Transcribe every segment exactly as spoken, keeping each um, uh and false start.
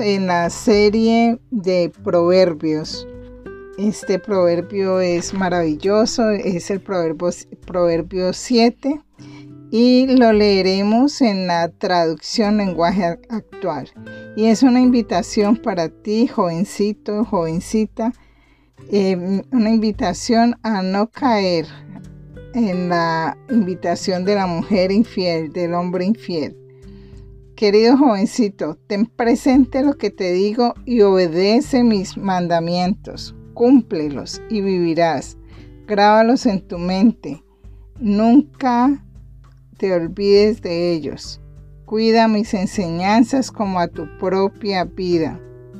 en la serie de Proverbios. Este proverbio es maravilloso, es el proverbio, proverbio siete y lo leeremos en la traducción lenguaje actual. Y es una invitación para ti, jovencito, jovencita, eh, una invitación a no caer en la invitación de la mujer infiel, del hombre infiel. Querido jovencito, ten presente lo que te digo y obedece mis mandamientos. Cúmplelos y vivirás. Grábalos en tu mente. Nunca te olvides de ellos. Cuida mis enseñanzas como a tu propia vida.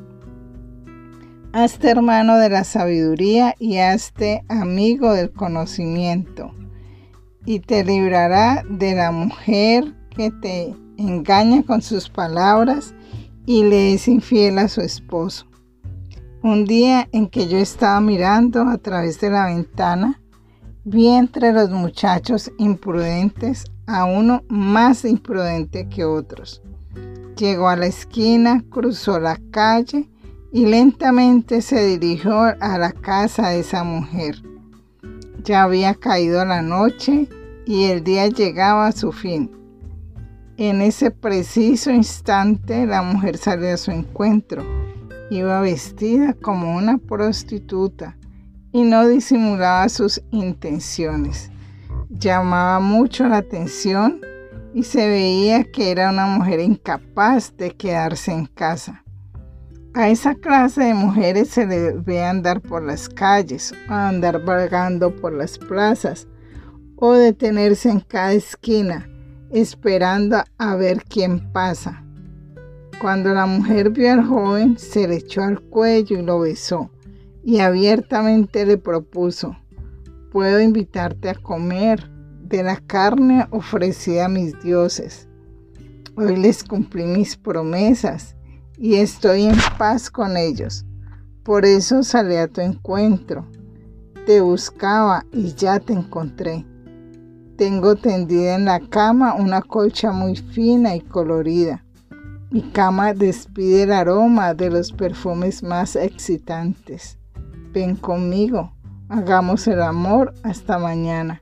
Hazte hermano de la sabiduría y hazte amigo del conocimiento. Y te librará de la mujer que te engaña con sus palabras y le es infiel a su esposo. Un día en que yo estaba mirando a través de la ventana, vi entre los muchachos imprudentes a uno más imprudente que otros. Llegó a la esquina, cruzó la calle y lentamente se dirigió a la casa de esa mujer. Ya había caído la noche y el día llegaba a su fin. En ese preciso instante la mujer salió a su encuentro. Iba vestida como una prostituta y no disimulaba sus intenciones. Llamaba mucho la atención y se veía que era una mujer incapaz de quedarse en casa. A esa clase de mujeres se le ve andar por las calles, o andar vagando por las plazas o detenerse en cada esquina esperando a ver quién pasa. Cuando la mujer vio al joven, se le echó al cuello y lo besó, y abiertamente le propuso: puedo invitarte a comer de la carne ofrecida a mis dioses. Hoy les cumplí mis promesas y estoy en paz con ellos. Por eso salí a tu encuentro. Te buscaba y ya te encontré. Tengo tendida en la cama una colcha muy fina y colorida. Mi cama despide el aroma de los perfumes más excitantes. Ven conmigo, hagamos el amor hasta mañana.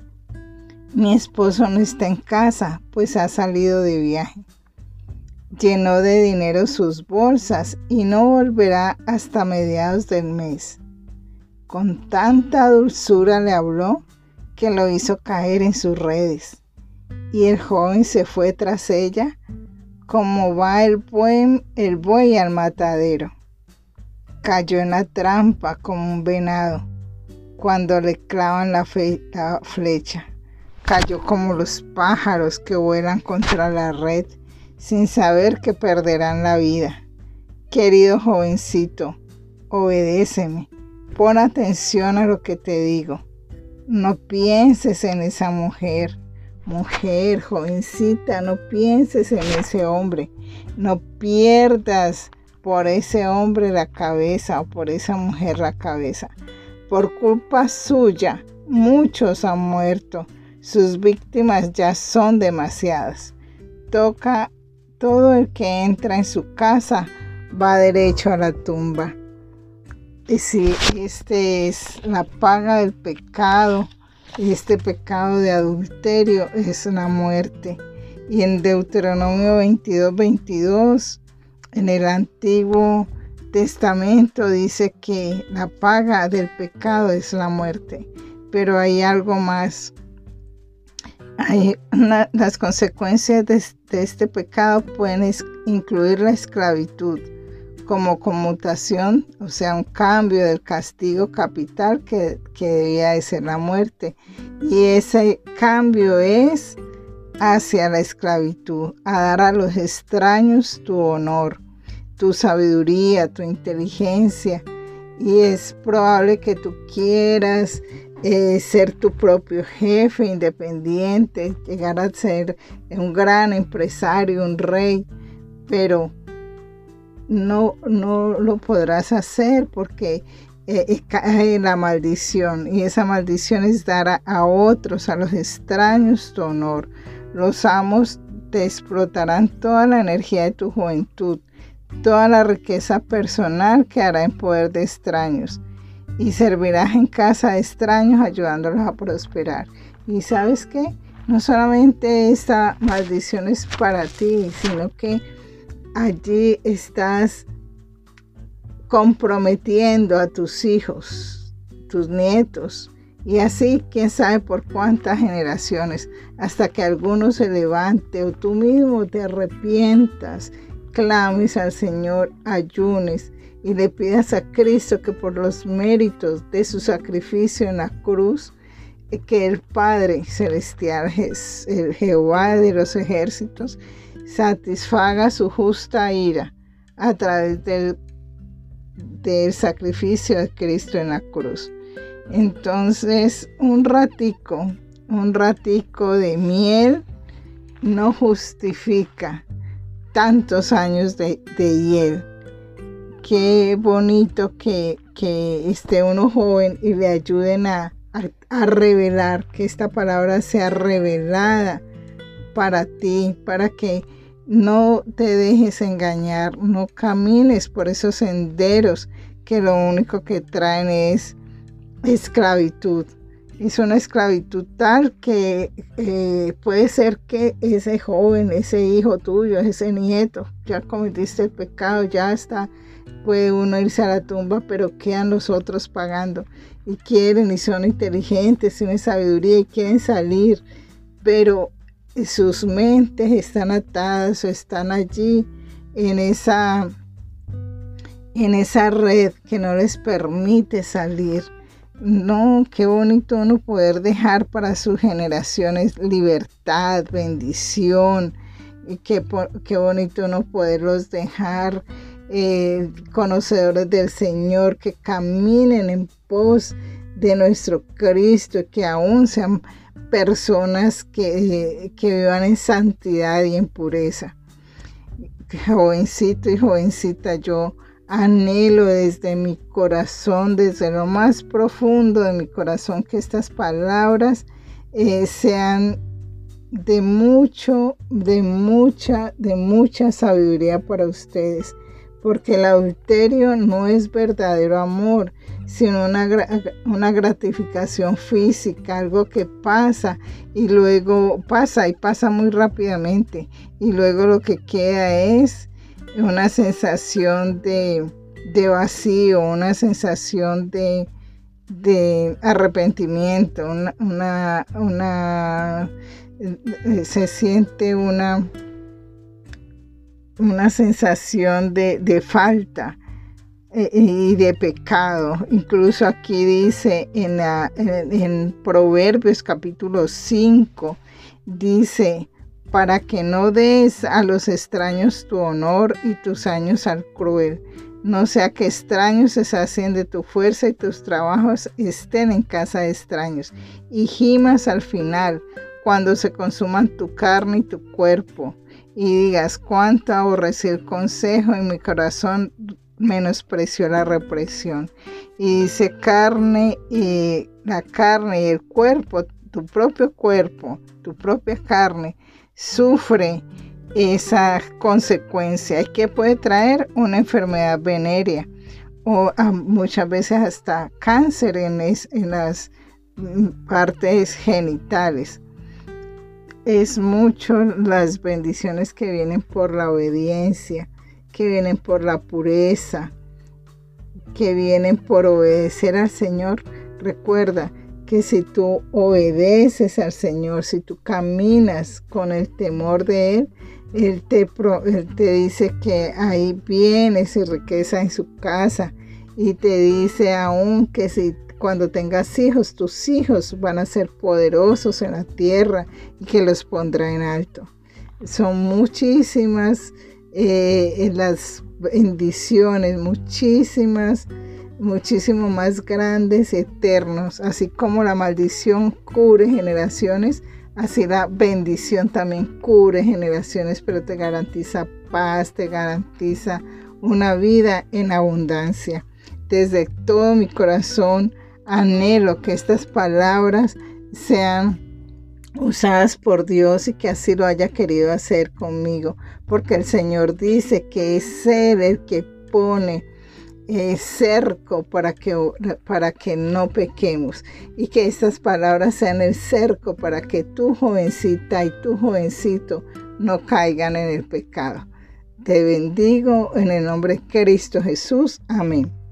Mi esposo no está en casa, pues ha salido de viaje. Llenó de dinero sus bolsas y no volverá hasta mediados del mes. Con tanta dulzura le habló que lo hizo caer en sus redes. Y el joven se fue tras ella, como va el buey, el buey al matadero. Cayó en la trampa como un venado cuando le clavan la, fe, la flecha. Cayó como los pájaros que vuelan contra la red sin saber que perderán la vida. Querido jovencito, obedéceme. Pon atención a lo que te digo. No pienses en esa mujer. Mujer, jovencita, no pienses en ese hombre. No pierdas por ese hombre la cabeza o por esa mujer la cabeza. Por culpa suya, muchos han muerto. Sus víctimas ya son demasiadas. Toca todo el que entra en su casa va derecho a la tumba. Y si este es la paga del pecado, este pecado de adulterio es la muerte. Y en Deuteronomio veintidós, veintidós, en el Antiguo Testamento dice que la paga del pecado es la muerte. Pero hay algo más. Hay una, las consecuencias de, de este pecado pueden es, incluir la esclavitud como conmutación, o sea, un cambio del castigo capital que, que debía de ser la muerte. Y ese cambio es hacia la esclavitud, a dar a los extraños tu honor, tu sabiduría, tu inteligencia. Y es probable que tú quieras eh, ser tu propio jefe, independiente, llegar a ser un gran empresario, un rey, pero no, no lo podrás hacer porque eh, cae en la maldición, y esa maldición es dar a, a otros, a los extraños, tu honor. Los amos te explotarán toda la energía de tu juventud, Toda la riqueza personal quedará en poder de extraños y servirás en casa de extraños ayudándolos a prosperar. ¿Y sabes qué? No solamente esta maldición es para ti, sino que allí estás comprometiendo a tus hijos, tus nietos, y así quién sabe por cuántas generaciones, hasta que alguno se levante o tú mismo te arrepientas, clames al Señor, ayunes y le pidas a Cristo que por los méritos de su sacrificio en la cruz, que el Padre Celestial, el Jehová de los ejércitos, satisfaga su justa ira a través del, del sacrificio de Cristo en la cruz. Entonces, un ratico, un ratico de miel no justifica tantos años de, de hiel. Qué bonito que, que esté uno joven y le ayuden a, a, a revelar, que esta palabra sea revelada para ti, para que no te dejes engañar, no camines por esos senderos que lo único que traen es esclavitud. Es una esclavitud tal que eh, puede ser que ese joven, ese hijo tuyo, ese nieto, ya cometiste el pecado, ya está, puede uno irse a la tumba, pero quedan los otros pagando y quieren y son inteligentes, tienen sabiduría y quieren salir, pero sus mentes están atadas o están allí en esa, en esa red que no les permite salir. No, qué bonito uno poder dejar para sus generaciones libertad, bendición, y qué, qué bonito uno poderlos dejar eh, conocedores del Señor, que caminen en pos de nuestro Cristo, que aún sean personas que, que vivan en santidad y en pureza. Jovencito y jovencita, yo anhelo desde mi corazón, desde lo más profundo de mi corazón, que estas palabras eh, sean de mucho, de mucha, de mucha sabiduría para ustedes, porque el adulterio no es verdadero amor, sino una, una gratificación física, algo que pasa y luego pasa y pasa muy rápidamente, y luego lo que queda es una sensación de, de vacío, una sensación de, de arrepentimiento, una, una, una se siente una, una sensación de, de falta eh, y de pecado. Incluso aquí dice en, la, en, en Proverbios capítulo cinco, dice: para que no des a los extraños tu honor y tus años al cruel, no sea que extraños se sacien de tu fuerza y tus trabajos estén en casa de extraños, y gimas al final cuando se consuman tu carne y tu cuerpo, y digas: cuánto aborrecí el consejo y mi corazón menospreció la represión. Y dice: carne y la carne y el cuerpo, tu propio cuerpo, tu propia carne, sufre esa consecuencia, y que puede traer una enfermedad venérea o a, muchas veces hasta cáncer en, es, en las partes genitales. Es mucho las bendiciones que vienen por la obediencia, que vienen por la pureza, que vienen por obedecer al Señor. Recuerda que si tú obedeces al Señor, si tú caminas con el temor de Él, Él te, pro, Él te dice que hay bienes y riqueza en su casa, y te dice aún que si cuando tengas hijos, tus hijos van a ser poderosos en la tierra y que los pondrá en alto. Son muchísimas eh, las bendiciones, muchísimas muchísimo más grandes y eternos. Así como la maldición cubre generaciones, así la bendición también cubre generaciones, pero te garantiza paz, te garantiza una vida en abundancia. Desde todo mi corazón anhelo que estas palabras sean usadas por Dios y que así lo haya querido hacer conmigo, porque el Señor dice que es Él el que pone eh, cerco para que, para que no pequemos, y que estas palabras sean el cerco para que tu jovencita y tu jovencito no caigan en el pecado. Te bendigo en el nombre de Cristo Jesús. Amén.